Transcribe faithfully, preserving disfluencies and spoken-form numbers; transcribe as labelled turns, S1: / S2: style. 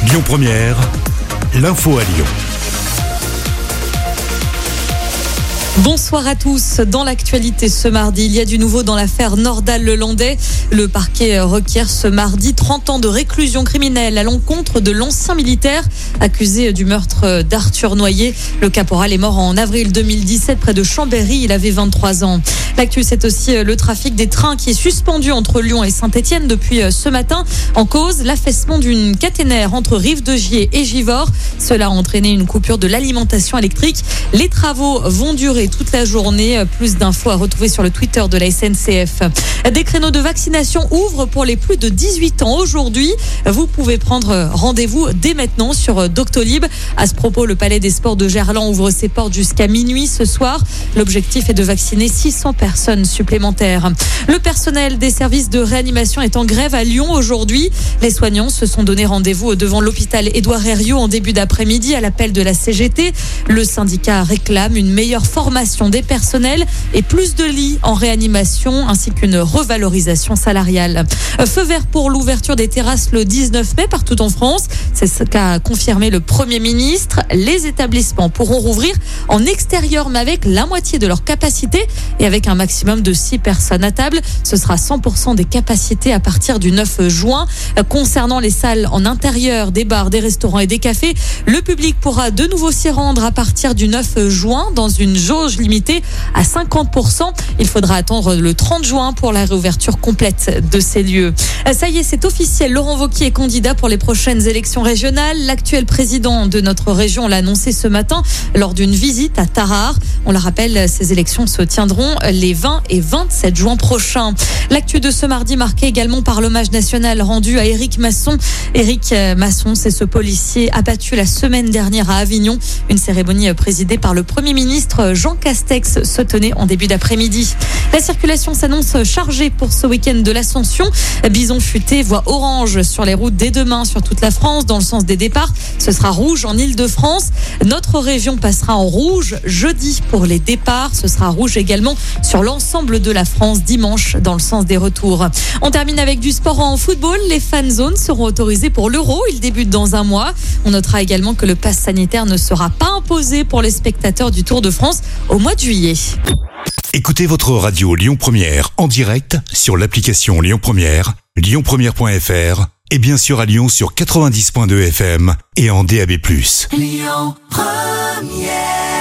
S1: Lyon Première, l'info à Lyon.
S2: Bonsoir à tous. Dans l'actualité ce mardi, il y a du nouveau dans l'affaire Nordal-Lelandais. Le parquet requiert ce mardi trente ans de réclusion criminelle à l'encontre de l'ancien militaire accusé du meurtre d'Arthur Noyer. Le caporal est mort en avril deux mille dix-sept près de Chambéry. Il avait vingt-trois ans. L'actu, c'est aussi le trafic des trains qui est suspendu entre Lyon et Saint-Étienne depuis ce matin. En cause, l'affaissement d'une caténaire entre Rive-de-Gier et Givors. Cela a entraîné une coupure de l'alimentation électrique. Les travaux vont durer toute la journée. Plus d'infos à retrouver sur le Twitter de la S N C F. Des créneaux de vaccination ouvrent pour les plus de dix-huit ans aujourd'hui. Vous pouvez prendre rendez-vous dès maintenant sur Doctolib. À ce propos, le Palais des Sports de Gerland ouvre ses portes jusqu'à minuit ce soir. L'objectif est de vacciner six cents personnes supplémentaires. Le personnel des services de réanimation est en grève à Lyon aujourd'hui. Les soignants se sont donné rendez-vous devant l'hôpital Édouard Herriot en début d'après-midi à l'appel de la C G T. Le syndicat réclame une meilleure formation des personnels et plus de lits en réanimation ainsi qu'une revalorisation salariale. Feu vert pour l'ouverture des terrasses le dix-neuf mai partout en France. C'est ce qu'a confirmé le Premier ministre. Les établissements pourront rouvrir en extérieur mais avec la moitié de leur capacité et avec un maximum de six personnes à table. Ce sera cent pour cent des capacités à partir du neuf juin. Concernant les salles en intérieur, des bars, des restaurants et des cafés, le public pourra de nouveau s'y rendre à partir du neuf juin dans une jauge limitée à cinquante pour cent. Il faudra attendre le trente juin pour la réouverture complète de ces lieux. Ça y est, c'est officiel. Laurent Wauquiez est candidat pour les prochaines élections régionales. L'actuel président de notre région l'a annoncé ce matin lors d'une visite à Tarare. On le rappelle, ces élections se tiendront les vingt et vingt-sept juin prochains. L'actu de ce mardi marqué également par l'hommage national rendu à Éric Masson. Éric Masson, c'est ce policier abattu la semaine dernière à Avignon. Une cérémonie présidée par le Premier ministre Jean Castex se tenait en début d'après-midi. La circulation s'annonce chargée pour ce week-end de l'Ascension. Bison futé voie orange sur les routes dès demain sur toute la France dans le sens des départs. Ce sera rouge en Île-de-France. Notre région passera en rouge jeudi pour les départs. Ce sera rouge également sur l'ensemble de la France dimanche dans le sens des retours. On termine avec du sport en football. Les fan zones seront autorisées pour l'Euro. Il débute dans un mois. On notera également que le pass sanitaire ne sera pas imposé pour les spectateurs du Tour de France au mois de juillet.
S1: Écoutez votre radio Lyon Première en direct sur l'application Lyon Première, lyon première point f r et bien sûr à Lyon sur quatre-vingt-dix point deux F M et en D A B plus.
S3: Lyon Première.